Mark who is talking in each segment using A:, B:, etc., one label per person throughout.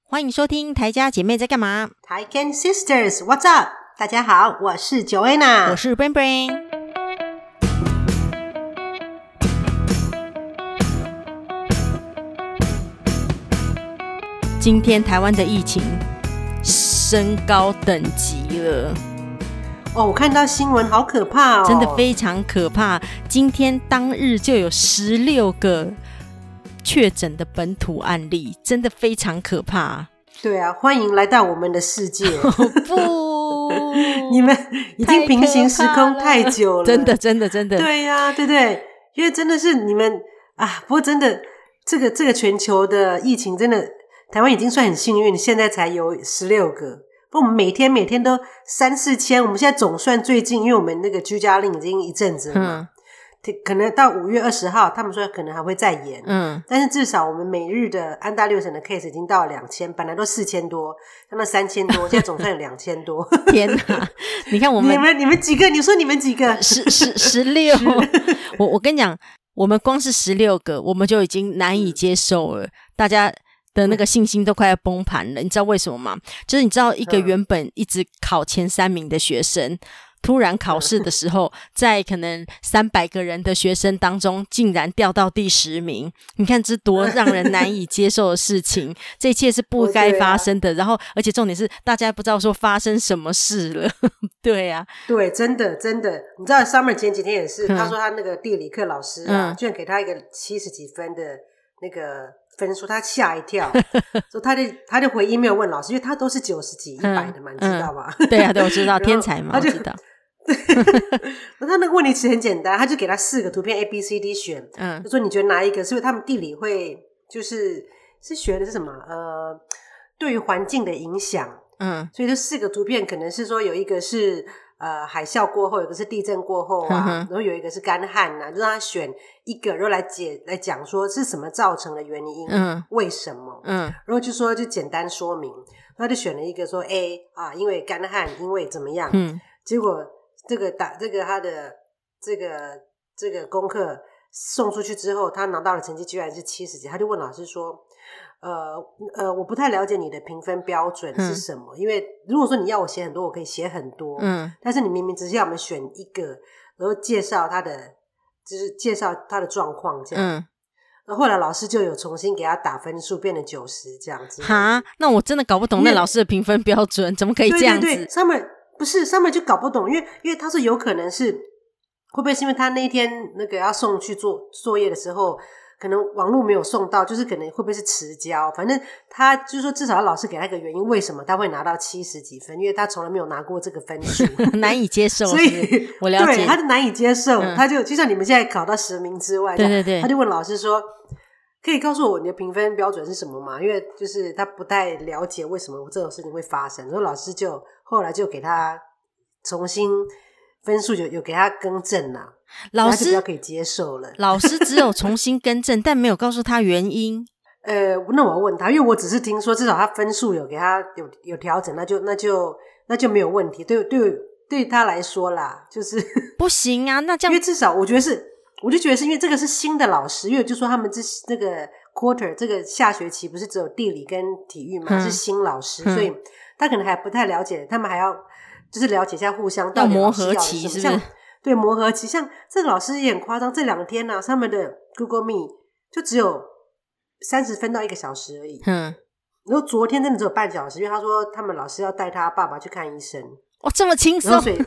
A: 欢迎收听台家姐妹在干嘛？
B: 台 Can Sisters What's up？ 大家好，我是 Joanna，
A: 我是 Brain Brain。今天台湾的疫情升高等级了。
B: 我看到新闻好可怕
A: 真的非常可怕。今天当日就有16个确诊的本土案例，真的非常可怕。
B: 对啊，欢迎来到我们的世界。
A: 不
B: 你们已经平行时空太久了，
A: 真的
B: 对啊，对对，因为真的是你们啊，不过真的这个全球的疫情真的台湾已经算很幸运，现在才有16个，不，我们每天都3-4千，我们现在总算最近，因为我们那个居家令已经一阵子了嘛，可能到5月20号他们说可能还会再延，但是至少我们每日的安大略省的 case 已经到了2000，本来都4000多，到3000多，现在总算有2000多。
A: 天哪，你看我们
B: 你们几个？你说你们几个
A: ？16我跟你讲，我们光是16个我们就已经难以接受了，大家的那个信心都快要崩盘了。你知道为什么吗？就是你知道一个原本一直考前3名的学生，突然考试的时候在可能300个人的学生当中竟然掉到第10名，你看这多让人难以接受的事情。这一切是不该发生的，然后而且重点是大家不知道说发生什么事了。对啊，
B: 对，真的你知道 Summer 前几天也是，他说他那个地理课老师啊，居然给他一个70几分的那个分数，他吓一跳。所以他就回 email 问老师，因为他都是90几100的嘛，你知道吗？
A: 对啊，对，我知道天才嘛，我知道。
B: 他那个问题其实很简单，他就给他4个图片 ABCD 选，就说你觉得哪一个是不是他们地理会就是学的是什么对于环境的影响，所以这4个图片可能是说有一个是海啸过后，有一个是地震过后啊，然后有一个是干旱啊，就让他选一个，然后来讲说是什么造成的原因，为什么，然后就说就简单说明，他就选了一个说 A 啊，因为干旱，因为怎么样，结果这个他的这个功课送出去之后，他拿到的成绩居然是70几，他就问老师说我不太了解你的评分标准是什么，因为如果说你要我写很多，我可以写很多，但是你明明只是要我们选一个，然后介绍他的状况这样，然后后来老师就有重新给他打分数，变成90这样子。
A: 哈，那我真的搞不懂那老师的评分标准怎么可以这样子？
B: 对 Summer 就搞不懂，因为他说有可能是会不会是因为他那一天那个要送去做作业的时候，可能网络没有送到，就是可能会不会是迟交，反正他就是说至少老师给他一个原因，为什么他会拿到70几分，因为他从来没有拿过这个分数。
A: 难以接受，
B: 所以
A: 我了解，
B: 对，他就难以接受，他就像你们现在考到10名之外，
A: 对，
B: 他就问老师说可以告诉我你的评分标准是什么吗？因为就是他不太了解为什么这种事情会发生，然后老师就后来就给他重新分数，有给他更正啦，老师就比较可以接受了。
A: 老师只有重新更正，但没有告诉他原因。
B: 那我要问他，因为我只是听说至少他分数有给他有调整，那就没有问题。对他来说啦，就是
A: 不行啊，那这样，
B: 因为至少我就觉得是因为这个是新的老师，因为就说他们那个 quarter 这个下学期不是只有地理跟体育嘛，是新老师，所以他可能还不太了解，他们还要就是了解一下互相到底
A: 磨合期，是不是？
B: 对，磨合期。像这个老师也很夸张，这2天啊，他们的 Google Meet 就只有30分到1个小时而已。然后昨天真的只有半小时，因为他说他们老师要带他爸爸去看医生。
A: 哇，这么轻松！
B: 对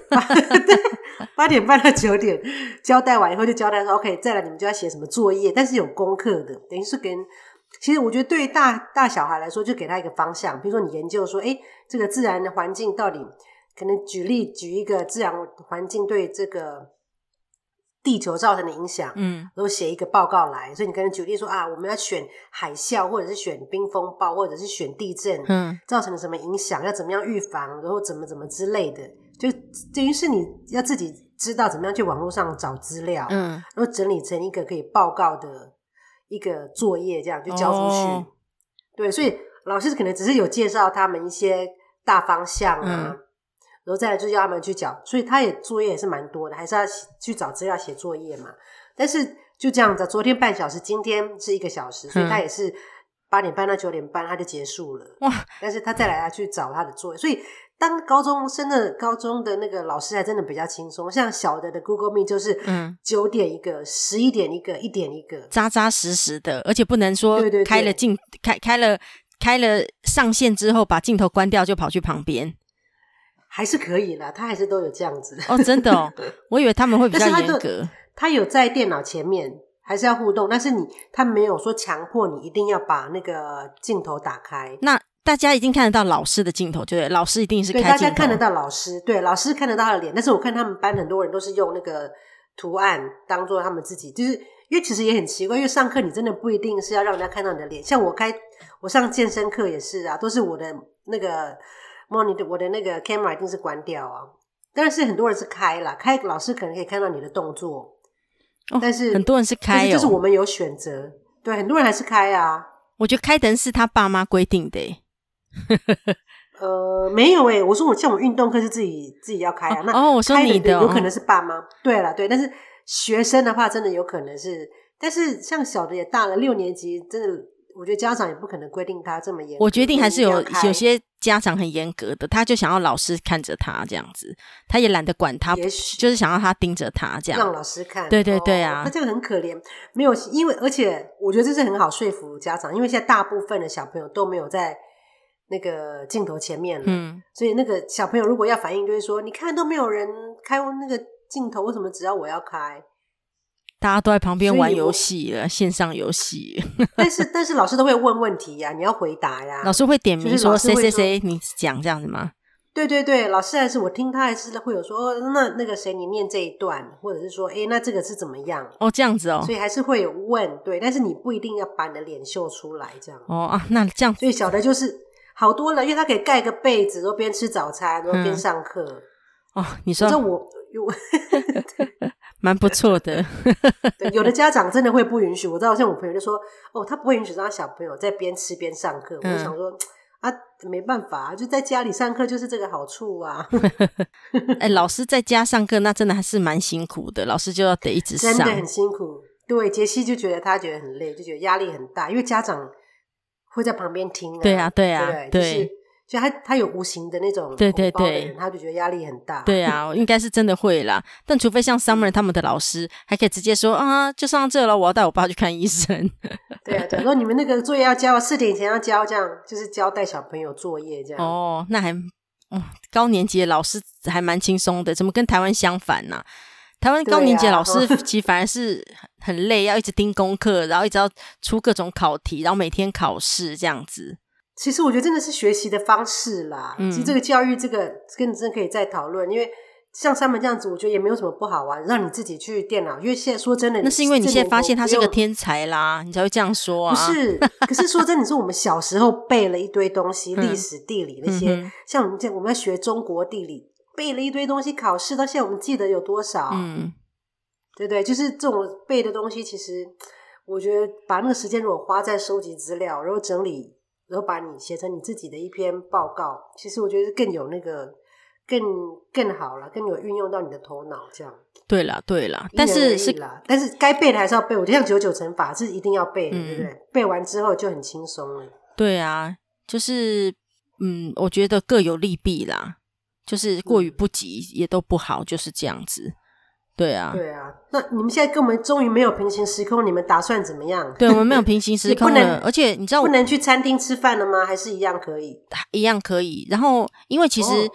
B: ，8点半到9点交代完以后就交代说 OK， 再来你们就要写什么作业，但是有功课的，等于是其实我觉得对于大小孩来说，就给他一个方向，比如说你研究说这个自然的环境到底可能举一个自然环境对这个地球造成的影响，然后写一个报告来，所以你可能举例说我们要选海啸，或者是选冰风暴，或者是选地震，造成了什么影响，要怎么样预防，然后怎么之类的，就等于是你要自己知道怎么样去网络上找资料，然后整理成一个可以报告的一个作业，这样就交出去。对，所以老师可能只是有介绍他们一些大方向啊，然后再来就要他们去找，所以他作业也是蛮多的，还是要去找资料写作业嘛。但是就这样子，昨天半小时，今天是1个小时，所以他也是 8点半到9点半他就结束了，哇！但是他再来去找他的作业，所以当高中的那个老师还真的比较轻松，像小的 Google Meet 就是9点一个11点一个1点一个，
A: 扎扎实实的，而且不能说开了开了上线之后把镜头关掉就跑去旁边，
B: 还是可以啦，他还是都有这样子
A: 哦，真的哦，我以为他们会比较严格。
B: 他有在电脑前面还是要互动，但是他没有说强迫你一定要把那个镜头打开。
A: 那大家一定看得到老师的镜头，对，老师一定是开镜头，
B: 对，大家看得到老师，对，老师看得到他的脸，但是我看他们班很多人都是用那个图案当做他们自己，就是因为其实也很奇怪，因为上课你真的不一定是要让人家看到你的脸，像我上健身课也是啊，都是我的那个 monitor， 我的那个 camera 一定是关掉啊，但是很多人是开啦，开老师可能可以看到你的动作。但是
A: 很多人是开
B: 但是就是我们有选择，对，很多人还是开啊。
A: 我觉得开灯是他爸妈规定的耶。
B: 没有耶，我说像我运动课是自己要开啊。
A: 那我说你的
B: 有可能是爸妈。对啦，对，但是学生的话真的有可能是，但是像小的也大了，6年级真的，我觉得家长也不可能规定他这么严格。
A: 我决定还是有些家长很严格的，他就想要老师看着他这样子，他也懒得管他，就是想要他盯着他这样，
B: 让老师看。
A: 对对对啊，
B: 那这样很可怜，没有，因为而且我觉得这是很好说服家长，因为现在大部分的小朋友都没有在那个镜头前面了，所以那个小朋友如果要反应，就会说，你看都没有人开那个镜头，为什么只要我要开？
A: 大家都在旁边玩游戏了，线上游戏。
B: 但是老师都会问问题呀，你要回答呀。
A: 老师会点名说谁谁谁，你讲这样子吗？
B: 对对对，老师还是我听他还是会有说，那个谁你念这一段，或者是说，那这个是怎么样？
A: 哦，这样子哦，
B: 所以还是会有问，对，但是你不一定要把你的脸秀出来这样。
A: 哦啊，那这样，
B: 所以小的就是好多了，因为他可以盖个被子，然后边吃早餐，然后边上课。
A: 哦，你说
B: 我
A: 蛮不错的。
B: 对，有的家长真的会不允许，我知道像我朋友就说，他不会允许让小朋友在边吃边上课。我就想说啊，没办法，就在家里上课就是这个好处啊。
A: 老师在家上课那真的还是蛮辛苦的，老师就要得一直上，
B: 真的很辛苦。对，杰西就觉得他觉得很累，就觉得压力很大，因为家长会在旁边听啊。
A: 对啊对啊，对，
B: 就他有无形的那种
A: 对对对，
B: 他就觉得压力很大。
A: 对啊，应该是真的会啦。但除非像 Summer 他们的老师还可以直接说啊，就上这了，我要带我爸去看医生。
B: 对啊，对，然后你们那个作业要交4点前要交，这样就是交代小朋友作业这样。
A: 哦，那还高年级的老师还蛮轻松的，怎么跟台湾相反呢？台湾高年级的老师其实反而是很累，要一直盯功课，然后一直要出各种考题，然后每天考试这样子。
B: 其实我觉得真的是学习的方式啦，其实这个教育这个真的可以再讨论，因为像他们这样子我觉得也没有什么不好玩，让你自己去电脑，因为现在说真的，
A: 那是因为你现在发现他是个天才啦，你才会这样说啊。
B: 不是，可是说真的，你说我们小时候背了一堆东西，历史地理那些，像我们要学中国地理，背了一堆东西，考试到现在我们记得有多少？对不对？就是这种背的东西，其实我觉得把那个时间如果花在收集资料，然后整理，然后把你写成你自己的一篇报告，其实我觉得更有那个更好啦，更有运用到你的头脑这样。
A: 对啦对啦，但是
B: 该背的还是要背，我觉得像99乘法是一定要背的，对不对？背完之后就很轻松了。
A: 对啊，就是我觉得各有利弊啦，就是过于不及也都不好，就是这样子。对啊，
B: 对啊。那你们现在跟我们终于没有平行时空，你们打算怎么样？
A: 对，我们没有平行时空了，而且你知道
B: 不能去餐厅吃饭了吗？还是一样可以？
A: 一样可以。然后因为其实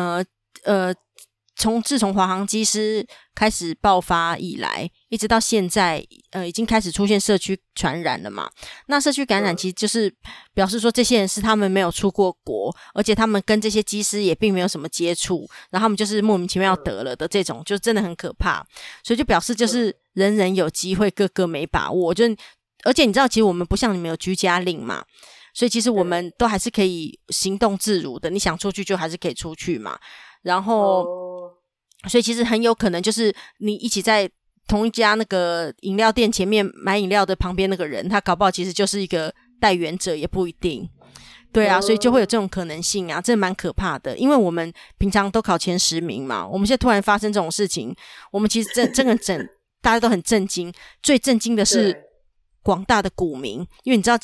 A: 自从华航机师开始爆发以来，一直到现在，已经开始出现社区传染了嘛。那社区感染其实就是表示说，这些人是他们没有出过国，而且他们跟这些机师也并没有什么接触，然后他们就是莫名其妙得了的这种，就真的很可怕。所以就表示就是人人有机会，个个没把握。而且你知道，其实我们不像你们有居家令嘛，所以其实我们都还是可以行动自如的。你想出去就还是可以出去嘛。然后所以其实很有可能就是你一起在同一家那个饮料店前面买饮料的旁边那个人，他搞不好其实就是一个带源者，也不一定。对啊，所以就会有这种可能性啊，这蛮可怕的。因为我们平常都考前10名嘛，我们现在突然发生这种事情，我们其实大家都很震惊。最震惊的是广大的股民，因为你知道今天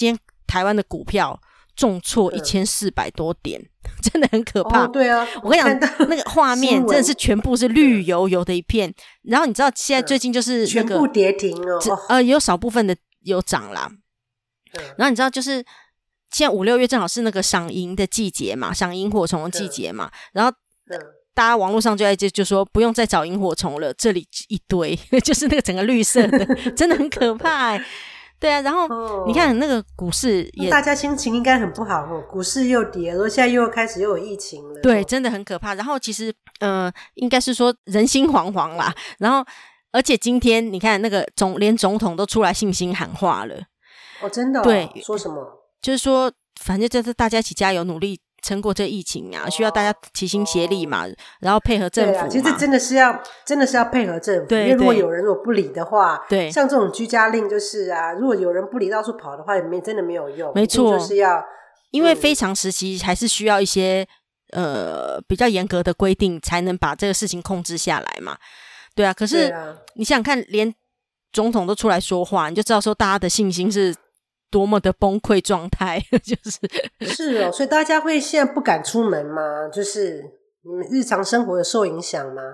A: 台湾的股票重挫1400多点，真的很可怕。
B: 对啊，
A: 我跟你讲，那个画面真的是全部是绿油油的一片。然后你知道现在最近就是那个
B: 全部跌停
A: 也有少部分的有涨啦。然后你知道就是现在5、6月正好是那个赏萤的季节嘛，赏萤火虫的季节嘛。然后大家网络上就说不用再找萤火虫了，这里一堆就是那个整个绿色的，真的很可怕对啊，然后你看那个股市也，
B: 大家心情应该很不好股市又跌，然后现在又开始又有疫情了，
A: 对，真的很可怕。然后其实应该是说人心惶惶啦。然后而且今天你看那个连总统都出来信心喊话了。
B: 真的
A: 对，
B: 说什么？
A: 就是说反正就是大家一起加油努力撑过这疫情啊，需要大家齐心协力嘛，然后配合政府嘛。
B: 其实真的是要配合政府，
A: 对，
B: 因为如果有人不理的话，
A: 对，
B: 像这种居家令就是啊，如果有人不理到处跑的话，真的没有用。
A: 没错，
B: 就是要
A: 因为非常时期还是需要一些比较严格的规定，才能把这个事情控制下来嘛。对啊，可是你想想看，连总统都出来说话，你就知道说大家的信心是多么的崩溃状态，
B: 是所以大家会现在不敢出门吗？就是你们日常生活有受影响吗？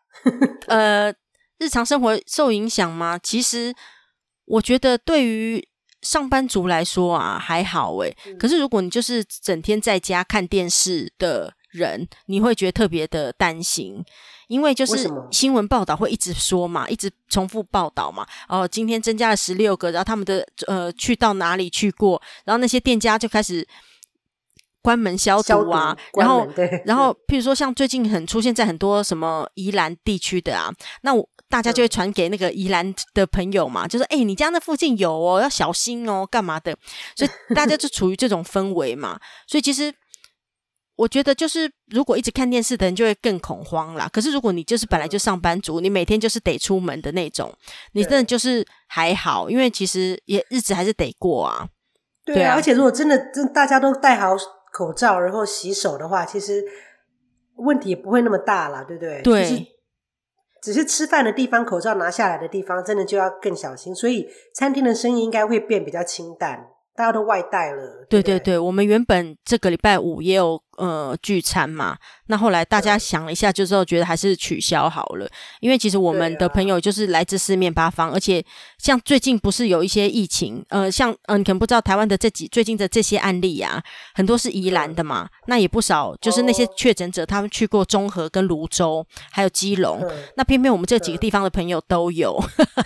A: 日常生活受影响吗？其实我觉得对于上班族来说啊还好可是如果你就是整天在家看电视的人，你会觉得特别的担心，因为就是新闻报道会一直说嘛，一直重复报道嘛。今天增加了16个，然后他们的去到哪里去过，然后那些店家就开始关门消毒啊，然后譬如说像最近出现在很多什么宜兰地区的啊，那大家就会传给那个宜兰的朋友嘛，就说你家那附近有要小心干嘛的，所以大家就处于这种氛围嘛。所以其实我觉得就是如果一直看电视的人就会更恐慌啦，可是如果你就是本来就上班族，你每天就是得出门的那种，你真的就是还好，因为其实日子还是得过啊。
B: 对啊，而且如果真的大家都戴好口罩然后洗手的话，其实问题也不会那么大啦，对不对？
A: 对，
B: 只是吃饭的地方口罩拿下来的地方真的就要更小心，所以餐厅的生意应该会变比较清淡，大家都外带了。
A: 对，我们原本这个礼拜5也有聚餐嘛，那后来大家想了一下，就之后觉得还是取消好了，因为其实我们的朋友就是来自四面八方，而且像最近不是有一些疫情，像你可能不知道台湾的最近的这些案例啊，很多是宜兰的嘛，那也不少就是那些确诊者他们去过中和跟泸州还有基隆，那偏偏我们这几个地方的朋友都有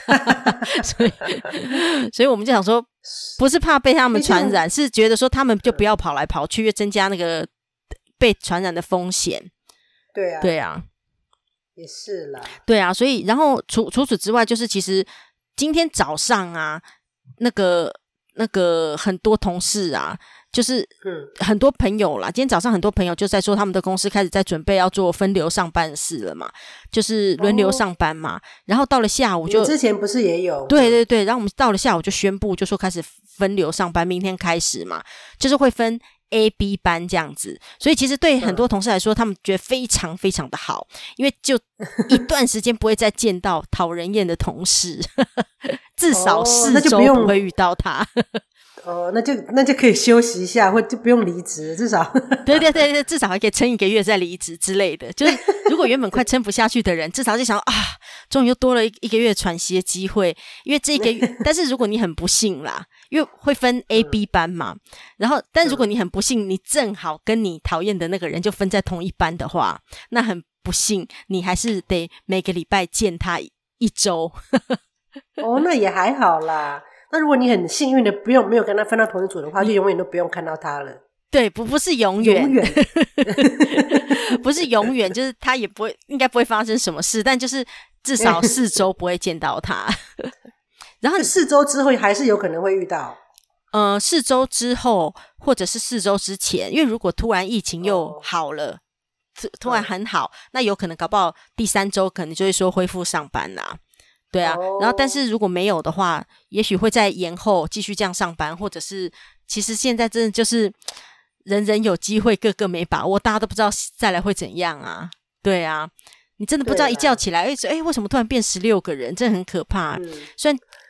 A: 所以我们就想说不是怕被他们传染，是觉得说他们就不要跑来跑去，增加那个被传染的风险。对啊，
B: 也是啦。
A: 对啊，所以然后除此之外，就是其实今天早上啊，那个很多同事啊，就是很多朋友啦，今天早上很多朋友就在说他们的公司开始在准备要做分流上班式了嘛，就是轮流上班嘛。然后到了下午就
B: 之前不是也有？
A: 对，然后我们到了下午就宣布，就说开始分流上班，明天开始嘛，就是会分A、B 班这样子，所以其实对很多同事来说，他们觉得非常非常的好，因为就一段时间不会再见到讨人厌的同事至少4周不会遇到他
B: 那就可以休息一下，或就不用离职，至少
A: 对，至少还可以撑1个月再离职之类的。就是如果原本快撑不下去的人，至少就想终于又多了一个月喘息的机会，因为这1个月但是如果你很不幸啦，因为会分 A、B 班嘛，然后但如果你很不幸，你正好跟你讨厌的那个人就分在同一班的话，那很不幸，你还是得每个礼拜见他1周
B: 那也还好啦。那如果你很幸运的没有跟他分到同一组的话，就永远都不用看到他了。
A: 对，不是永远不是永远，就是他也应该不会发生什么事，但就是至少4周不会见到他然后
B: 4周之后还是有可能会遇到
A: 4周之后或者是4周之前，因为如果突然疫情又好了突然很好，那有可能搞不好第3周可能就会说恢復上班啦。对啊，然后但是如果没有的话，也许会再延后继续这样上班，或者是其实现在真的就是人人有机会，个个没把握，大家都不知道再来会怎样啊。对啊，你真的不知道一觉起来为什么突然变16个人，真的很可怕虽然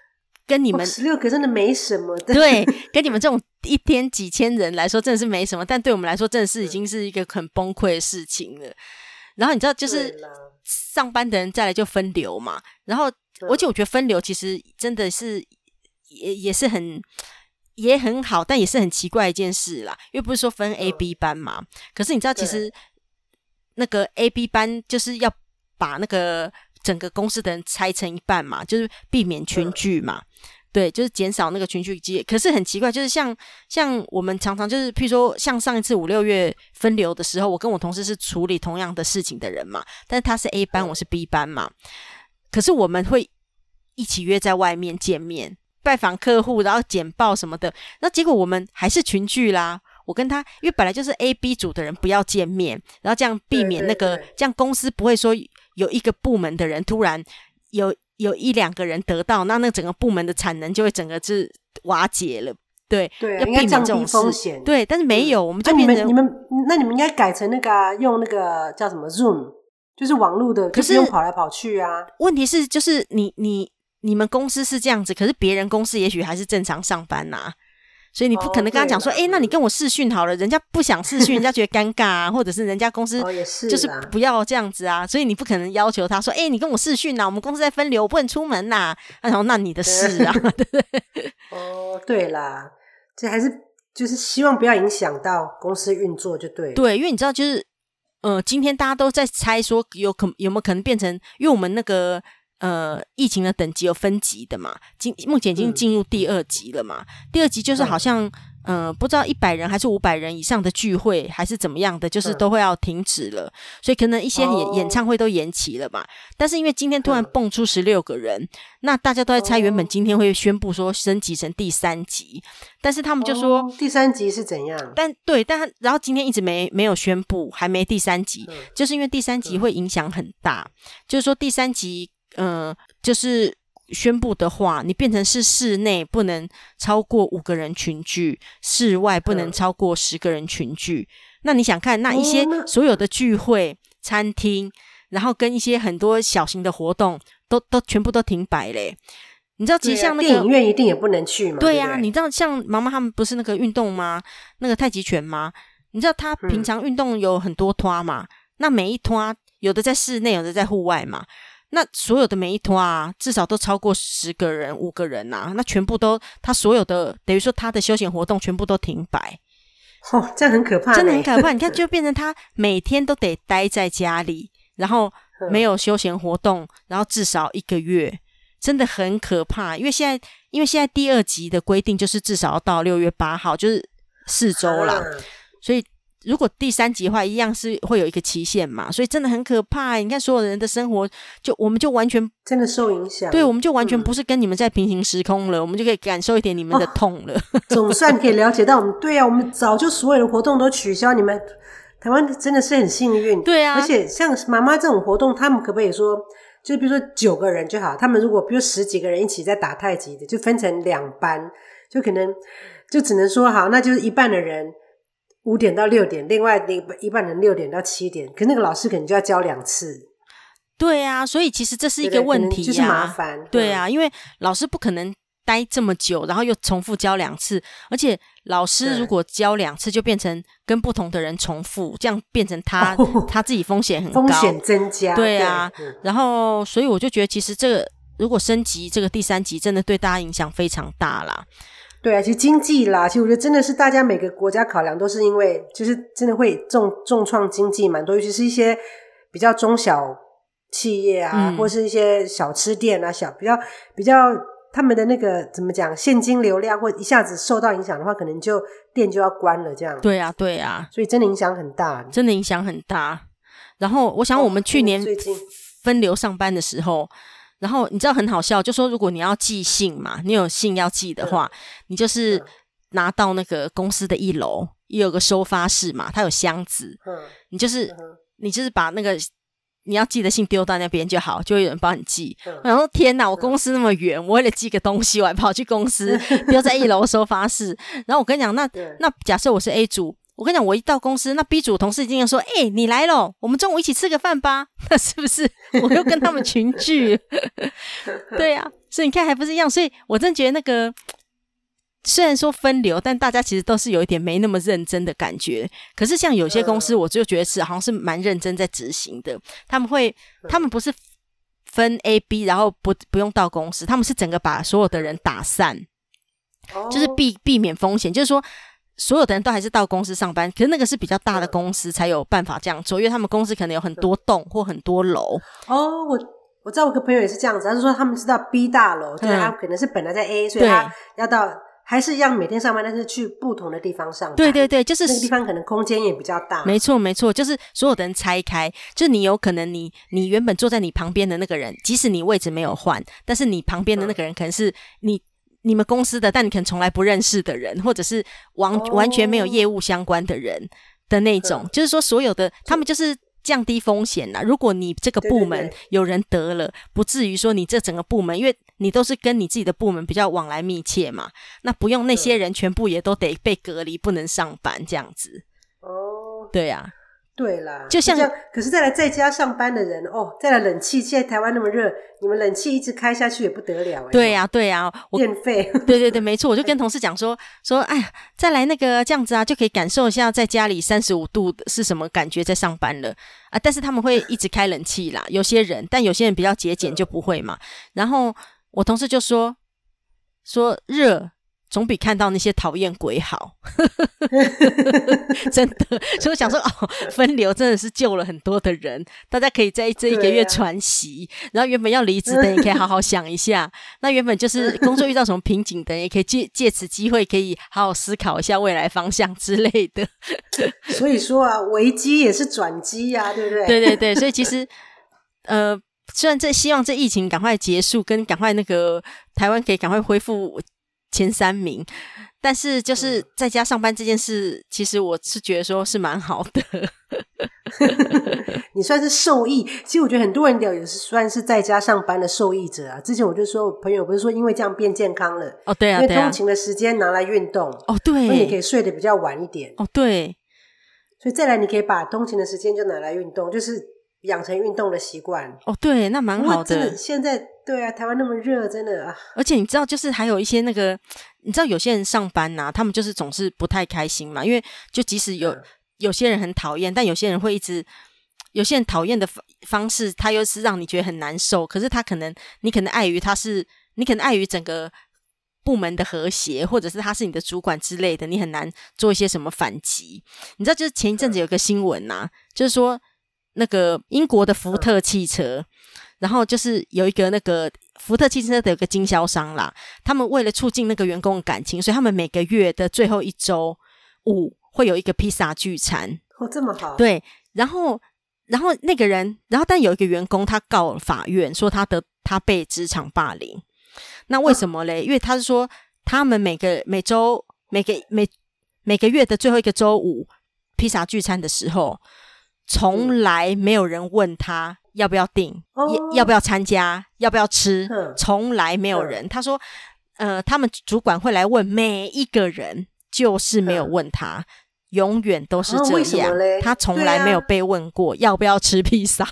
A: 跟你们
B: 16个真的没什么的，
A: 对，跟你们这种一天几千人来说真的是没什么，但对我们来说真的是已经是一个很崩溃的事情了。然后你知道就是上班的人再来就分流嘛，然后而且我觉得分流其实真的是也是也很好，但也是很奇怪的一件事啦，因为不是说分 A、B 班嘛，可是你知道其实那个 A、B 班就是要把那个整个公司的人拆成一半嘛，就是避免群聚嘛，对，就是减少那个群聚机会。可是很奇怪，就是像我们常常就是譬如说像上一次5、6月分流的时候，我跟我同事是处理同样的事情的人嘛，但是他是 A 班，我是 B 班嘛，可是我们会一起约在外面见面拜访客户，然后简报什么的，那结果我们还是群聚啦。我跟他因为本来就是 A、B 组的人不要见面，然后这样避免那个这样公司不会说有一个部门的人突然有1、2个人得到，那整个部门的产能就会整个是瓦解了。对，要避免这种风险。对，但是没有，我们就变成
B: 你们应该改成那个用那个叫什么 Zoom， 就是网络的，可是不用跑来跑去啊。
A: 问题是就是你们公司是这样子，可是别人公司也许还是正常上班啊。所以你不可能跟他讲说那你跟我视讯好了，人家不想视讯，人家觉得尴尬啊，或者是人家公司就是不要这样子啊，所以你不可能要求他说你跟我视讯啊，我们公司在分流，我不能出门呐，然后那你的事啊。对不对？
B: 对啦，这还是就是希望不要影响到公司运作就对了。
A: 对，因为你知道就是今天大家都在猜说有没有可能变成，因为我们那个疫情的等级有分级的嘛，目前已经进入第2级了嘛。第2级就是好像不知道100人还是500人以上的聚会还是怎么样的，就是都会要停止了，所以可能一些演唱会都延期了嘛。但是因为今天突然蹦出16个人，那大家都在猜原本今天会宣布说升级成第3级，但是他们就说
B: 第3级是怎样？
A: 但然后今天一直没有宣布，还没第3级，就是因为第3级会影响很大，就是说第3级就是宣布的话，你变成是室内不能超过5个人群聚，室外不能超过10个人群聚。那你想看，那一些所有的聚会、餐厅，然后跟一些很多小型的活动，都全部都停摆嘞。你知道，其实像那个
B: 电影院一定也不能去嘛。
A: 对啊，你知道像妈妈他们不是那个运动吗？那个太极拳吗？你知道他平常运动有很多团嘛？那每一团有的在室内，有的在户外嘛。那所有的每一团啊，至少都超过10个人、5个人啊，那全部都他所有的等于说他的休闲活动全部都停摆。
B: 这样很可怕，
A: 真的很可怕。你看，就变成他每天都得待在家里，然后没有休闲活动，然后至少1个月，真的很可怕。因为现在第2级的规定就是至少要到6月8号，就是4周啦，所以。如果第3级的话，一样是会有一个期限嘛，所以真的很可怕。你看，所有人的生活，我们就完全
B: 真的受影响。
A: 对，我们就完全不是跟你们在平行时空了，我们就可以感受一点你们的痛了。
B: 总算可以了解到，对啊，我们早就所有的活动都取消，你们台湾真的是很幸运。
A: 对啊，
B: 而且像妈妈这种活动，他们可不可以说，就比如说9个人就好，他们如果比如10几个人一起在打太极的，就分成2班，就可能就只能说好，那就是一半的人。5点到6点，另外一半人6点到7点，可那个老师可能就要教2次。
A: 对啊，所以其实这是一个问题
B: 就是麻烦。
A: 对啊，因为老师不可能待这么久，然后又重复教2次，而且老师如果教2次，就变成跟不同的人重复，这样变成他自己风险很高，
B: 风险增加。
A: 对啊，然后所以我就觉得，其实这个如果升级这个第3级，真的对大家影响非常大啦。
B: 对啊，其实经济啦，其实我觉得真的是大家每个国家考量都是因为就是真的会重创经济蛮多，尤其是一些比较中小企业啊，或是一些小吃店啊，比较他们的那个怎么讲现金流量或一下子受到影响的话，可能店就要关了这样。
A: 对啊，对啊，
B: 所以真的影响很大，
A: 真的影响很大。然后我想我们去年分流上班的时候。然后你知道很好笑，就说如果你要寄信嘛，你有信要寄的话，你就是拿到那个公司的1楼，也有个收发室嘛，它有箱子，你就是把那个你要寄的信丢到那边就好，就会有人帮你寄。然后天哪，我公司那么远，我为了寄个东西，我还跑去公司丢在1楼收发室。然后我跟你讲，那假设我是 A 组， 我跟你讲，我一到公司，那 B 组同事一定要说，你来咯，我们中午一起吃个饭吧，那是不是我又跟他们群聚对啊，所以你看还不是一样，所以我真觉得那个虽然说分流，但大家其实都是有一点没那么认真的感觉。可是像有些公司我就觉得是好像是蛮认真在执行的，他们不是分 A、B 然后不用到公司，他们是整个把所有的人打散，就是避免风险，就是说所有的人都还是到公司上班，可是那个是比较大的公司才有办法这样做，因为他们公司可能有很多栋或很多楼。
B: 我知道我个朋友也是这样子，他是说他们知道 B 大楼，就是他可能是本来在 A， 所以他要到还是一样每天上班，但是去不同的地方上班。对对对，就是那个地方可能空间也比较大。
A: 没错没错，就是所有的人拆开，就是你有可能你原本坐在你旁边的那个人，即使你位置没有换，但是你旁边的那个人可能是你们公司的，但你可能从来不认识的人，或者是完全没有业务相关的人的那种，就是说所有的他们就是降低风险啦。如果你这个部门有人得了，不至于说你这整个部门，因为你都是跟你自己的部门比较往来密切嘛，那不用那些人全部也都得被隔离，不能上班这样子。对啊，
B: 对啦，
A: 就像
B: 可是再来在家上班的人再来冷气，现在台湾那么热，你们冷气一直开下去也不得了。
A: 对啊对啊，
B: 电费
A: 对对对，没错，我就跟同事讲说哎呀，再来那个这样子啊，就可以感受一下在家里35度是什么感觉在上班了啊。但是他们会一直开冷气啦，有些人，但有些人比较节俭就不会嘛。然后我同事就说热总比看到那些讨厌鬼好真的，所以我想说分流真的是救了很多的人，大家可以在这一个月喘息，然后原本要离职的人也可以好好想一下那原本就是工作遇到什么瓶颈的人也可以借此机会可以好好思考一下未来方向之类的
B: 所以说啊，危机也是转机啊，对不对？
A: 对对对，所以其实虽然希望这疫情赶快结束，跟赶快那个台湾可以赶快恢复前3名，但是就是在家上班这件事，其实我是觉得说是蛮好的
B: 你算是受益，其实我觉得很多人也是算是在家上班的受益者啊。之前我就说我朋友不是说因为这样变健康了
A: 对啊，
B: 因为通勤的时间拿来运动
A: 对，
B: 所以你可以睡得比较晚一点
A: 对，
B: 所以再来你可以把通勤的时间就拿来运动，就是养成运动的习惯
A: 对，那蛮好的。
B: 真的现在对啊，台湾那么热真的
A: 而且你知道就是还有一些那个你知道有些人上班啊，他们就是总是不太开心嘛，因为就即使有些人很讨厌，但有些人会一直有些人讨厌的方式他又是让你觉得很难受，可是你可能碍于整个部门的和谐，或者是他是你的主管之类的，你很难做一些什么反击。你知道就是前一阵子有个新闻啊，就是说那个英国的福特汽车然后就是有一个那个福特汽车的有个经销商啦，他们为了促进那个员工的感情，所以他们每个月的最后一周5会有一个披萨聚餐
B: 这么好。
A: 对，然后那个人但有一个员工他告法院说他被职场霸凌。那为什么嘞？因为他是说他们每个月的最后一个周5披萨聚餐的时候，从来没有人问他要不要订要不要参加要不要吃从来没有人他说他们主管会来问每一个人，就是没有问他永远都是这样他从来没有被问过要不要吃披萨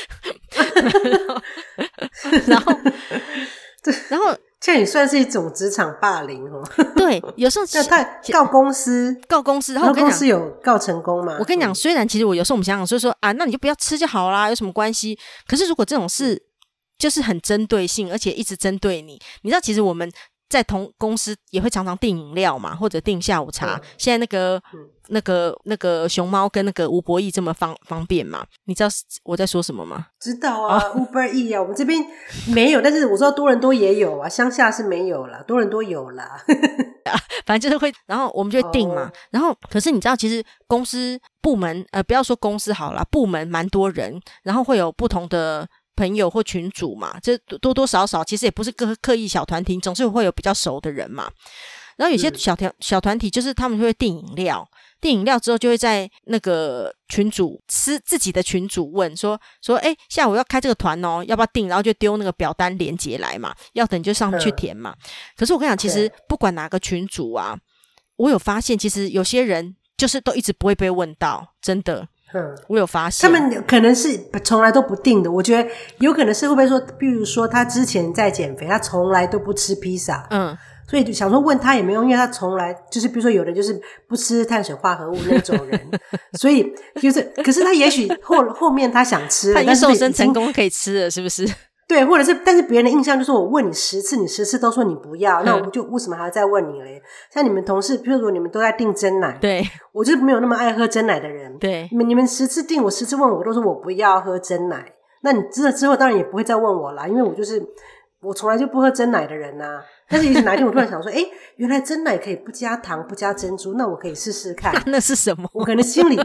A: 然后
B: 这也算是一种职场霸凌
A: 对，有时候
B: 他告公司，
A: 然后
B: 公司有告成功吗？
A: 我跟你讲虽然其实有时候我们想说啊，那你就不要吃就好啦，有什么关系？可是如果这种事就是很针对性，而且一直针对你知道其实我们在同公司也会常常订饮料嘛，或者订下午茶现在那个熊猫跟那个吴伯义这么方便嘛，你知道我在说什么吗？
B: 知道啊Uber E 啊，我们这边没有，但是我知道多伦多也有啊，乡下是没有啦，多伦多有啦
A: 反正就是会，然后我们就会订嘛然后可是你知道其实公司部门不要说公司好啦，部门蛮多人，然后会有不同的朋友或群组嘛，这多多少少其实也不是刻意小团体，总是会有比较熟的人嘛。然后有些小团体就是他们会订饮料之后就会在那个群组自己的群组问说下午要开这个团要不要订，然后就丢那个表单连结来嘛，要等就上去填嘛可是我跟你讲其实不管哪个群组啊，我有发现其实有些人就是都一直不会被问到，真的。我有发现
B: 他们可能是从来都不定的，我觉得有可能是会不会说，比如说他之前在减肥，他从来都不吃披萨，所以就想说问他也没用，因为他从来就是比如说有人就是不吃碳水化合物那种人，所以就是可是他也许后面他想吃了，
A: 他已经瘦身成功可以吃了，是不是？
B: 对，或者是但是别人的印象就是我问你10次，你10次都说你不要，那我就为什么还要再问你嘞？像你们同事，比如说你们都在订珍奶，
A: 对，
B: 我就是没有那么爱喝珍奶的人，
A: 对，
B: 你们10次订，我10次问我都说我不要喝珍奶，那你之后当然也不会再问我啦，因为我从来就不喝珍奶的人啊。但是也许哪一天我突然想说，原来珍奶可以不加糖不加珍珠，那我可以试试看。
A: 那是什么？
B: 我可能心里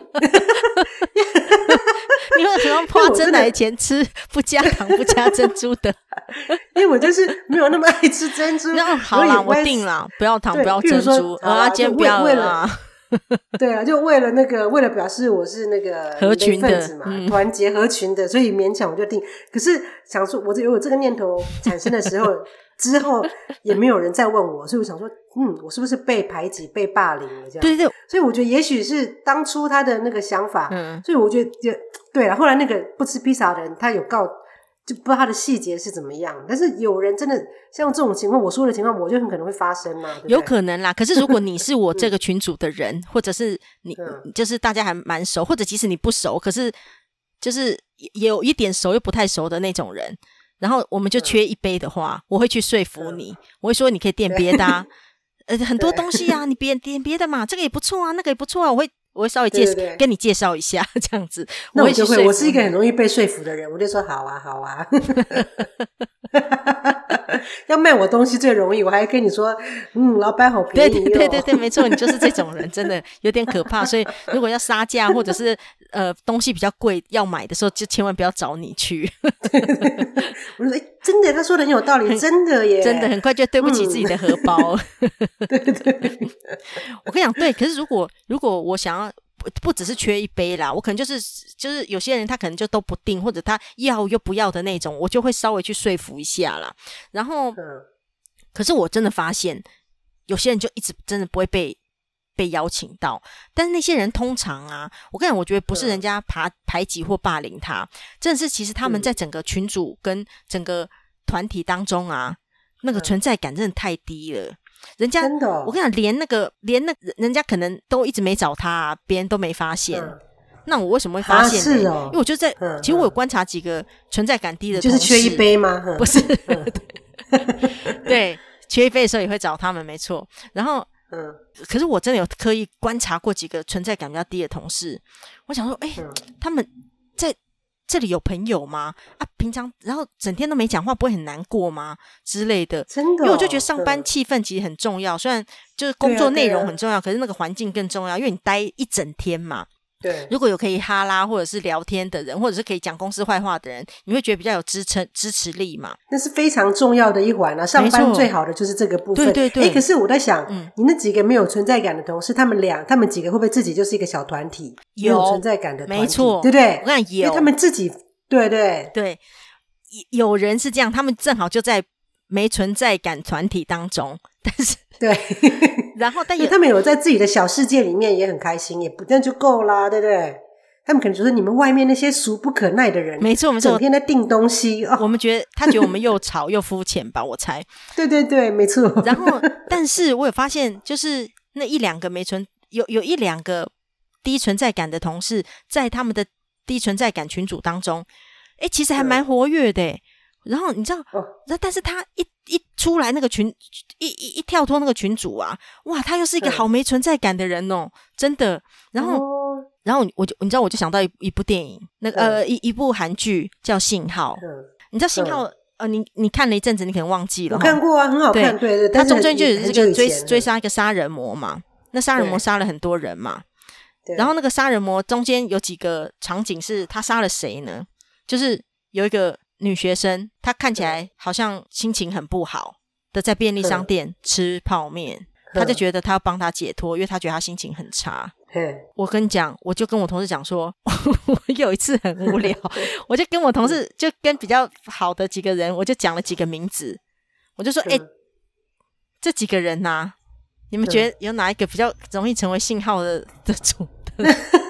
A: 你为什么要花珍奶钱吃不加糖不加珍珠的？
B: 因为我就是没有那么爱吃珍珠。
A: 那好啦，我定啦，不要糖不要珍珠，今天不要了。
B: 对啊，就为了表示我是那个
A: 合群的
B: 分子嘛，团结合群的，所以勉强我就定。可是想说，我有这个念头产生的时候，之后也没有人再问我，所以我想说，我是不是被排挤、被霸凌了？这样
A: 对对，
B: 所以我觉得也许是当初他的那个想法，所以我觉得对了。后来那个不吃披萨的人，他有就不知道他的细节是怎么样，但是有人真的像这种情况，我说的情况，我就很可能会发生嘛，对不对？
A: 有可能啦。可是如果你是我这个群组的人，或者是你就是大家还蛮熟，或者即使你不熟，可是就是有一点熟又不太熟的那种人，然后我们就缺一杯的话，我会去说服你，我会说你可以点别的啊，很多东西啊，你点别的嘛，这个也不错啊，那个也不错啊，我会稍微跟你介绍一下这样子。
B: 那我就会，我是一个很容易被说服的人，我就说好啊好啊要卖我东西最容易，我还跟你说老板好便宜
A: 哦。对，没错，你就是这种人，真的有点可怕。所以如果要杀价或者是东西比较贵要买的时候，就千万不要找你去
B: 我说真的他说的很有道理，真的耶，
A: 真的很快就对不起自己的荷包
B: 对
A: 我跟你讲，对，可是如果我想要不只是缺一杯啦，我可能就是有些人他可能就都不定，或者他要又不要的那种，我就会稍微去说服一下啦。然后可是我真的发现有些人就一直真的不会被邀请到，但是那些人通常啊，我跟你讲，我觉得不是人家排挤或霸凌他，真的是其实他们在整个群组跟整个团体当中啊，那个存在感真的太低了。人家真的我跟你讲，连那个人家可能都一直没找他啊，别人都没发现。那我为什么会发现呢？
B: 是哦，
A: 因为我就在其实我有观察几个存在感低的同事，
B: 就是缺一杯吗？
A: 不是对，缺一杯的时候也会找他们，没错。然后可是我真的有刻意观察过几个存在感比较低的同事，我想说他们在这里有朋友吗？平常然后整天都没讲话，不会很难过吗？之类的，
B: 真的
A: 因为我就觉得上班气氛其实很重要，虽然就是工作内容很重要，可是那个环境更重要，因为你待一整天嘛。
B: 对，
A: 如果有可以哈拉或者是聊天的人，或者是可以讲公司坏话的人，你会觉得比较有支持力嘛？
B: 那是非常重要的一环啊！上班最好的就是这个部分。
A: 对，
B: 可是我在想，你那几个没有存在感的同事，他们几个会不会自己就是一个小团体，有存在感的团体？
A: 没错，
B: 对不对？
A: 我跟你讲，
B: 因为他们自己，对，
A: 有人是这样，他们正好就在没存在感团体当中，但是
B: 对。
A: 然后但
B: 他们有在自己的小世界里面也很开心，也不这样就够啦，对不对？他们可能觉得你们外面那些俗不可耐的人，
A: 没错，
B: 整天在订东西，
A: 我们他觉得我们又吵又肤浅吧，我猜。
B: 对，没错。
A: 然后，但是我有发现，就是那一两个有一两个低存在感的同事，在他们的低存在感群组当中，其实还蛮活跃的。然后你知道，但是他一出来那个群，一跳脱那个群组啊，哇，他又是一个好没存在感的人哦，真的。然后你知道，我就想到一部电影，那个一部韩剧叫《信号》，你知道《信号》你看了一阵子，你可能忘记了。
B: 我看过啊，很好看。对，
A: 他中间就有这个追杀一个杀人魔嘛，那杀人魔杀了很多人嘛，然后那个杀人魔中间有几个场景是他杀了谁呢？就是有一个女学生，她看起来好像心情很不好的，在便利商店吃泡面，她就觉得她要帮她解脱，因为她觉得她心情很差。我跟你讲，我就跟我同事讲说，我有一次很无聊，我就跟我同事就跟比较好的几个人，我就讲了几个名字，我就说这几个人啊， 你们觉得有哪一个比较容易成为信号的主的？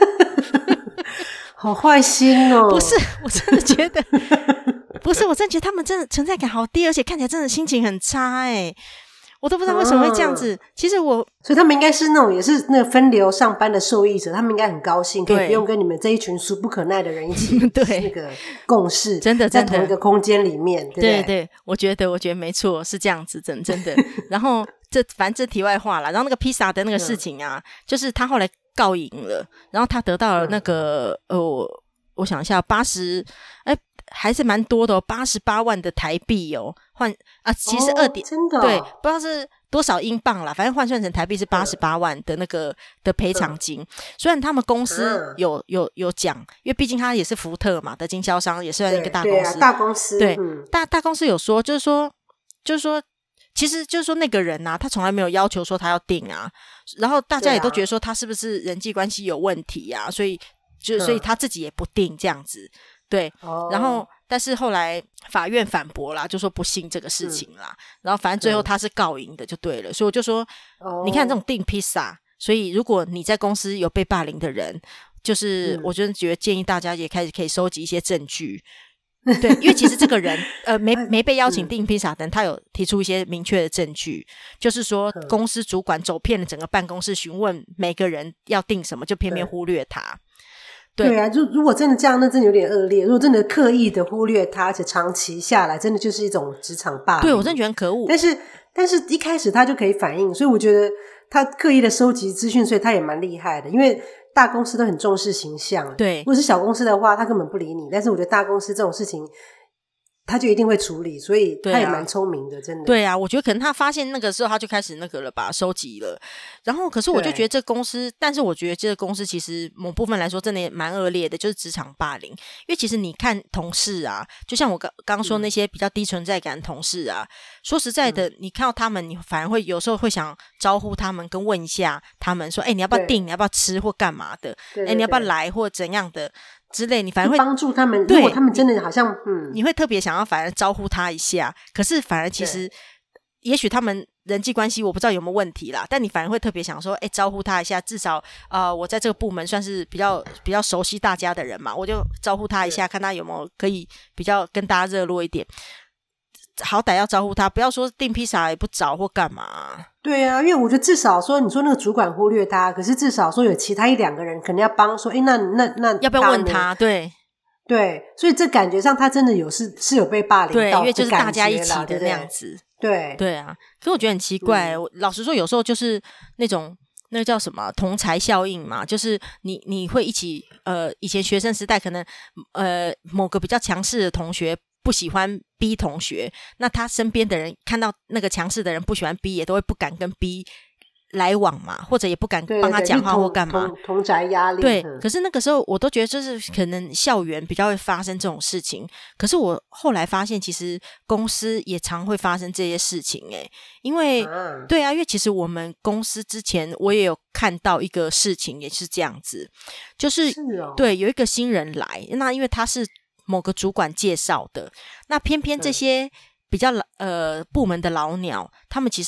B: 好坏心哦！
A: 不是，我真的觉得不是，我真的觉得他们真的存在感好低，而且看起来真的心情很差我都不知道为什么会这样子。其实
B: 所以他们应该是那种也是那个分流上班的受益者，他们应该很高兴，可以不用跟你们这一群俗不可耐的人一起
A: 对
B: 那个共事，
A: 真的
B: 在同一个空间里面，对不对？
A: 对，我觉得没错，是这样子，真的。然后反正这题外话啦，然后那个披萨的那个事情啊，就是他后来告赢了，然后他得到了那个我想一下还是蛮多的88万的台币换其实
B: 真的
A: 对，不知道是多少英镑啦，反正换算成台币是88万的那个的赔偿金。虽然他们公司有讲，因为毕竟他也是福特嘛的经销商，也算一个大公司，
B: 大公司
A: 对，大公司有说，就是说，其实就是说那个人他从来没有要求说他要订然后大家也都觉得说他是不是人际关系有问题所以他自己也不订这样子，对，然后但是后来法院反驳啦，就说不信这个事情啦，然后反正最后他是告赢的就对了，所以我就说，你看这种订披萨，所以如果你在公司有被霸凌的人，就是我觉得建议大家也开始可以收集一些证据。对，因为其实这个人没被邀请订披萨的人，他有提出一些明确的证据，就是说公司主管走遍了整个办公室，询问每个人要订什么，就偏偏忽略他。
B: 对啊，就如果真的这样，那真的有点恶劣。如果真的刻意的忽略他，而且长期下来，真的就是一种职场霸凌。
A: 对，我真的觉得很可恶。
B: 但是一开始他就可以反应，所以我觉得他刻意的收集资讯，所以他也蛮厉害的。因为大公司都很重视形象，
A: 对。
B: 如果是小公司的话，他根本不理你。但是我觉得大公司这种事情，他就一定会处理，所以他也蛮聪明的，真的。
A: 对啊，我觉得可能他发现那个时候他就开始那个了吧，收集了。然后可是我就觉得这公司，但是我觉得这个公司其实某部分来说真的也蛮恶劣的，就是职场霸凌。因为其实你看同事就像我刚说那些比较低存在感的同事说实在的，你看到他们，你反而会有时候会想招呼他们，跟问一下他们说，你要不要订，你要不要吃或干嘛的，你要不要来或怎样的之类，你反而会
B: 帮助他们。如果他们真的好像
A: 你会特别想要反而招呼他一下，可是反而其实也许他们人际关系我不知道有没有问题啦，但你反而会特别想说招呼他一下，至少我在这个部门算是比较熟悉大家的人嘛，我就招呼他一下，看他有没有可以比较跟大家热络一点，好歹要招呼他，不要说订披萨也不找或干嘛。
B: 对啊，因为我觉得至少说，你说那个主管忽略他，可是至少说有其他1-2个人可能要帮说，那
A: 要不要问他？对，
B: 所以这感觉上他真的是有被霸凌到，
A: 对，因为就是大家一起的那样子。
B: 对
A: 啊，可是我觉得很奇怪我老实说有时候就是那种那个叫什么同侪效应嘛，就是你会一起以前学生时代可能某个比较强势的同学不喜欢 B 同学，那他身边的人看到那个强势的人不喜欢 B， 也都会不敢跟 B 来往嘛，或者也不敢帮他讲话或干嘛，
B: 同侪压力。
A: 对，可是那个时候我都觉得就是可能校园比较会发生这种事情，可是我后来发现其实公司也常会发生这些事情因为对啊，因为其实我们公司之前我也有看到一个事情也是这样子，就是对，有一个新人来，那因为他是某个主管介绍的，那偏偏这些比较部门的老鸟，他们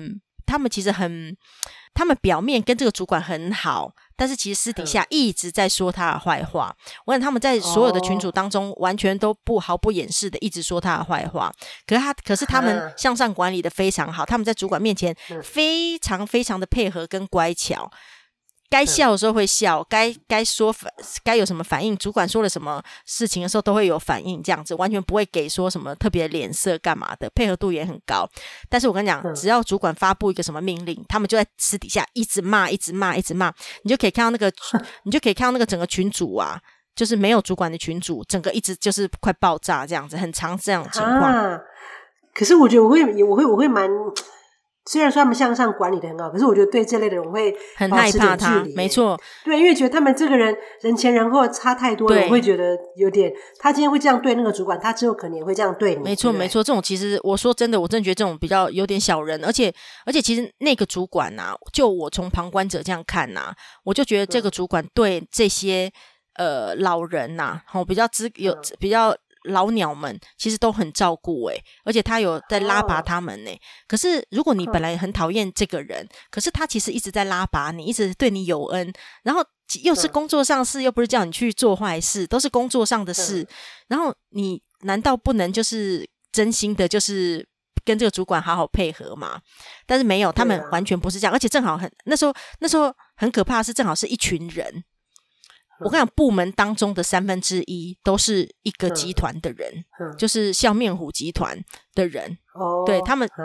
A: 表面跟这个主管很好，但是其实私底下一直在说他的坏话。我想他们在所有的群组当中完全都毫不掩饰的一直说他的坏话，可是他们向上管理的非常好，他们在主管面前非常非常的配合跟乖巧，该笑的时候会笑，该有什么反应，主管说了什么事情的时候都会有反应，这样子完全不会给说什么特别的脸色干嘛的，配合度也很高。但是我跟你讲，只要主管发布一个什么命令，他们就在私底下一直骂，你就可以看到那个整个群组就是没有主管的群组，整个一直就是快爆炸这样子，很常这样的情况。
B: 可是我觉得我会蛮。虽然说他们向上管理的很好，可是我觉得对这类的人我会
A: 很害怕他，没错，
B: 对，因为觉得他们这个人人前人后差太多了，我会觉得有点，他今天会这样对那个主管，他之后可能也会这样对你。
A: 没错，这种其实我说真的，我真的觉得这种比较有点小人，而且其实那个主管就我从旁观者这样看我就觉得这个主管对这些老人比较老鸟们其实都很照顾而且他有在拉拔他们可是如果你本来很讨厌这个人，可是他其实一直在拉拔你，一直对你有恩，然后又是工作上事，又不是叫你去做坏事，都是工作上的事，然后你难道不能就是真心的就是跟这个主管好好配合嘛？但是没有，他们完全不是这样，而且正好那时候很可怕的是，正好是一群人。我跟你讲，部门当中的1/3都是一个集团的人，就是笑面虎集团的人。对，他们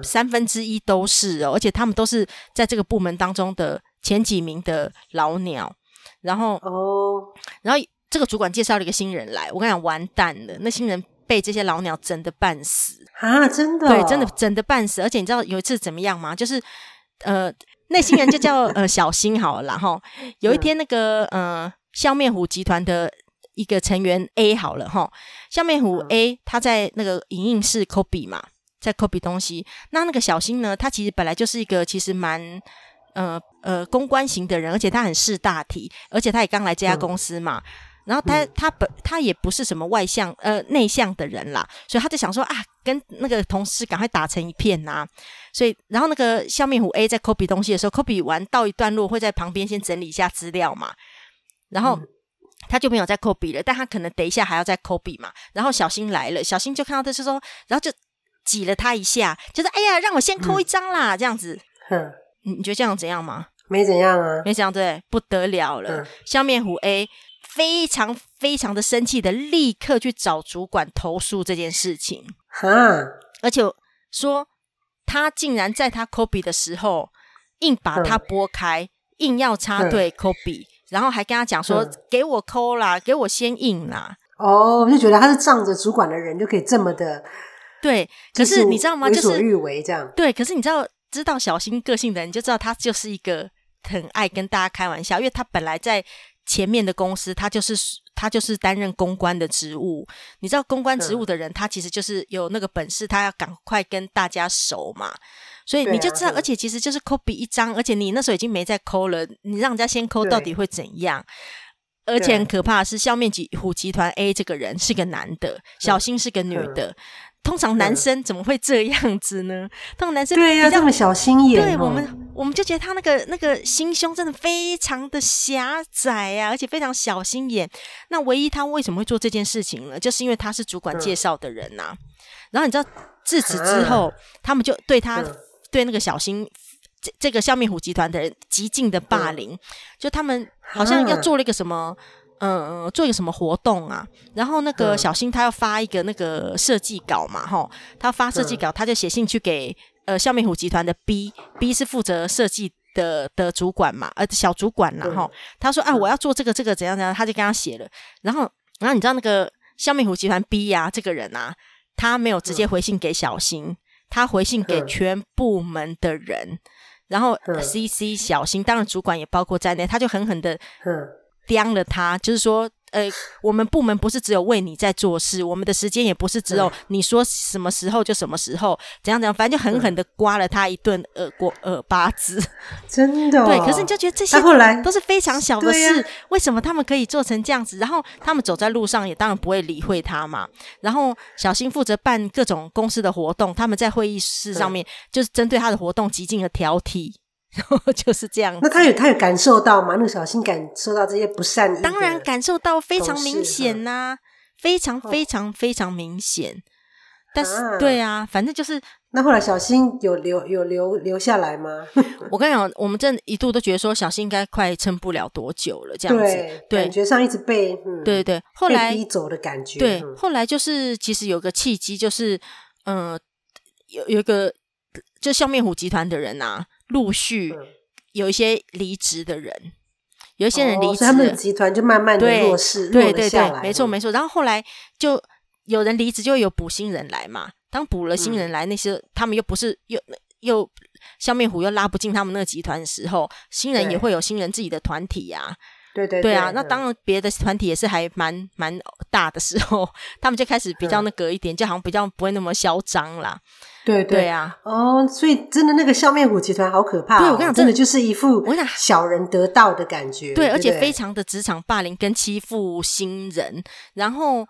A: 1/3都是而且他们都是在这个部门当中的前几名的老鸟。然后这个主管介绍了一个新人来，我跟你讲，完蛋了，那新人被这些老鸟整得半死
B: 啊！真的
A: 对，真的整得半死。而且你知道有一次怎么样吗？就是那新人就叫小新好了啦齁。有一天那个笑面虎集团的一个成员 A 好了齁，笑面虎 A 他在那个影印室 copy 嘛，在 copy 东西。那个小新呢，他其实本来就是一个其实蛮公关型的人，而且他很识大体，而且他也刚来这家公司嘛。然后他也不是什么内向的人啦，所以他就想说啊，跟那个同事赶快打成一片啊。所以然后那个笑面虎 A 在 copy 东西的时候 copy 完到一段落会在旁边先整理一下资料嘛，然后他就没有再 copy 了，但他可能等一下还要再 copy 嘛。然后小新来了，小新就看到他就说，然后就挤了他一下，就是哎呀让我先扣一张啦，这样子。你觉得这样怎样吗？
B: 没怎样啊，
A: 没怎样，对，不得了了。笑面虎 A 非常非常的生气的立刻去找主管投诉这件事情，而且说他竟然在他 copy 的时候硬把他拨开，硬要插队 copy，然后还跟他讲说给我抠啦，给我先印啦。
B: 我就觉得他是仗着主管的人就可以这么的，
A: 对，可是你知道吗？
B: 为所欲为这样。
A: 对，可是你知道小新个性的人，你就知道他就是一个很爱跟大家开玩笑，因为他本来在前面的公司他就是担任公关的职务。你知道公关职务的人他其实就是有那个本事，他要赶快跟大家熟嘛，所以你就知道而且其实就是copy一张，而且你那时候已经没在抠了，你让人家先抠到底会怎样？而且很可怕的是笑面虎集团 A 这个人是个男的，小新是个女的。通常男生怎么会这样子呢？通常男生
B: 对呀，这么小心眼。
A: 对，我们就觉得他那个心胸真的非常的狭窄啊，而且非常小心眼。那唯一他为什么会做这件事情呢？就是因为他是主管介绍的人啊。然后你知道自此之后他们就对他对那个小新这个笑面虎集团的人极尽的霸凌，就他们好像要做了一个什么做一个什么活动啊，然后那个小新他要发一个那个设计稿嘛齁，他发设计稿他就写信去给笑面虎集团的 B 是负责设计的主管嘛，小主管啦齁，他说我要做这个怎样怎样，他就跟他写了，然后你知道那个笑面虎集团 B 啊这个人啊，他没有直接回信给小新，他回信给全部门的人，然后 CC 小新，当然主管也包括在内，他就狠狠的刁了他，就是说我们部门不是只有为你在做事，我们的时间也不是只有你说什么时候就什么时候，怎样怎样，反正就狠狠的刮了他一顿耳巴子。
B: 真的
A: 对，可是你就觉得这些
B: 后来
A: 都是非常小的事，为什么他们可以做成这样子？然后他们走在路上也当然不会理会他嘛。然后小新负责办各种公司的活动，他们在会议室上面就是针对他的活动极尽的挑剔。然后就是这样子。
B: 那他有感受到吗？那个小新感受到这些不善意？
A: 当然感受到，非常明显啊，非常非常非常明显。但是对啊，反正就是。
B: 那后来小新有留下来吗？
A: 我跟你讲，我们真的一度都觉得说小新应该快撑不了多久了，这样子。对，
B: 感觉上一直被
A: 对对，后来
B: 被逼走的感觉。
A: 对，后来就是其实有个契机，就是有一个就笑面虎集团的人啊。陆续有一些离职的人，有一些人离职了，
B: 所以他们的集团就慢慢的落势，
A: 对对
B: 对，
A: 没错没错。然后后来就有人离职，就会有补新人来嘛。当补了新人来，那些他们又不是又笑面虎又拉不进他们那个集团的时候，新人也会有新人自己的团体啊。对啊，那当然别的团体也是还蛮大的时候，他们就开始比较那个一点，就好像比较不会那么嚣张啦。对啊，
B: 所以真的那个笑面虎集团好可怕。
A: 对，我跟你讲，
B: 真的就是一副小人得道的感觉。
A: 对，而且非常的职场霸凌跟欺负新人。然后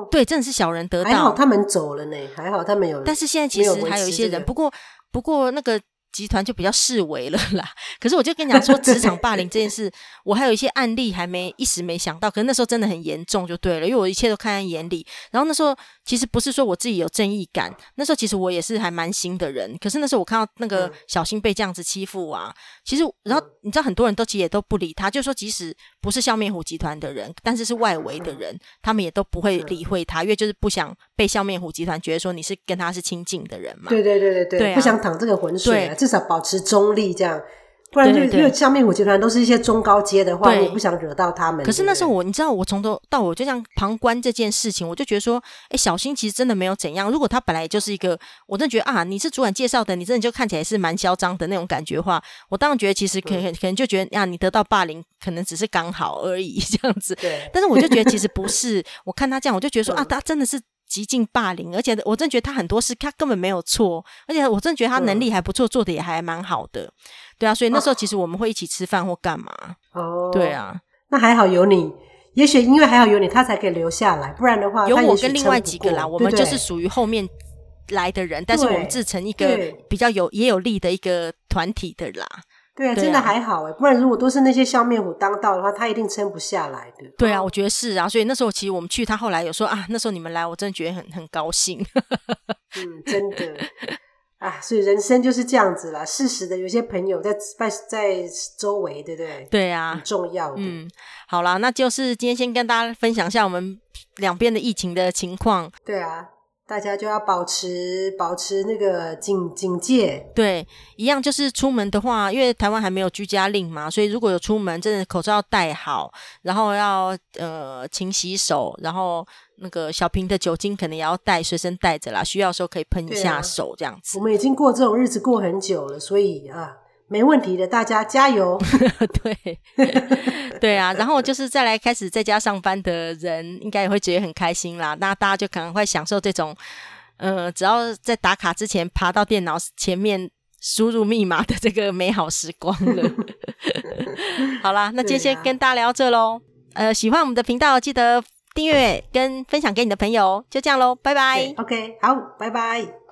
A: 对，真的是小人得道。
B: 还好他们走了呢，还好他们有。
A: 但是现在其实还有一些人，不过那个集团就比较式微了啦。可是我就跟你讲说，职场霸凌这件事，我还有一些案例一时没想到，可是那时候真的很严重就对了，因为我一切都看在眼里。然后那时候其实不是说我自己有正义感，那时候其实我也是还蛮新的人。可是那时候我看到那个小新被这样子欺负啊，其实然后你知道很多人都其实也都不理他，就是说即使不是笑面虎集团的人，但是是外围的人，他们也都不会理会他，因为就是不想被笑面虎集团觉得说你是跟他是亲近的人嘛。
B: 对、不想淌这个浑水啊，至少保持中立这样。不然就因为笑面虎集团都是一些中高阶的话，你也不想惹到他们。
A: 可是那时候你知道我从头到尾就这样旁观这件事情，我就觉得说小新其实真的没有怎样。如果他本来就是一个，我真的觉得啊，你是主管介绍的，你真的就看起来是蛮嚣张的那种感觉的话，我当然觉得其实可能就觉得啊，你得到霸凌可能只是刚好而已这样子。
B: 对。
A: 但是我就觉得其实不是，我看他这样，我就觉得说啊，他真的是极尽霸凌，而且我真的觉得他很多事他根本没有错，而且我真的觉得他能力还不错，做的也还蛮好的。对啊，所以那时候其实我们会一起吃饭或干嘛。对啊，
B: 那还好有你，也许因为还好有你，他才可以留下来，不然的话
A: 有我跟另外几个啦，我们就是属于后面来的人，但是我们自成一个比较也有力的一个团体的啦。
B: 对啊，真的还好不然如果都是那些笑面虎当道的话，他一定撑不下来的。
A: 对啊，我觉得是啊，所以那时候其实我们去，他后来有说啊，那时候你们来，我真的觉得很高兴。
B: 真的啊，所以人生就是这样子啦。适时的有些朋友在周围，对不对？
A: 对啊，
B: 很重要的。
A: 好啦，那就是今天先跟大家分享一下我们两边的疫情的情况。
B: 对啊，大家就要保持那个警戒。
A: 对，一样就是出门的话，因为台湾还没有居家令嘛，所以如果有出门，真的口罩要戴好，然后要勤洗手，然后那个小瓶的酒精可能也要随身带着啦，需要的时候可以喷一下手这样子。
B: 我们已经过这种日子过很久了，所以没问题的，大家加油。
A: 对啊，然后就是再来开始在家上班的人应该也会觉得很开心啦，那大家就可能会享受这种只要在打卡之前爬到电脑前面输入密码的这个美好时光了。好啦，那今天先跟大家聊这咯。喜欢我们的频道记得订阅跟分享给你的朋友，就这样咯，拜拜。
B: OK， 好，拜拜。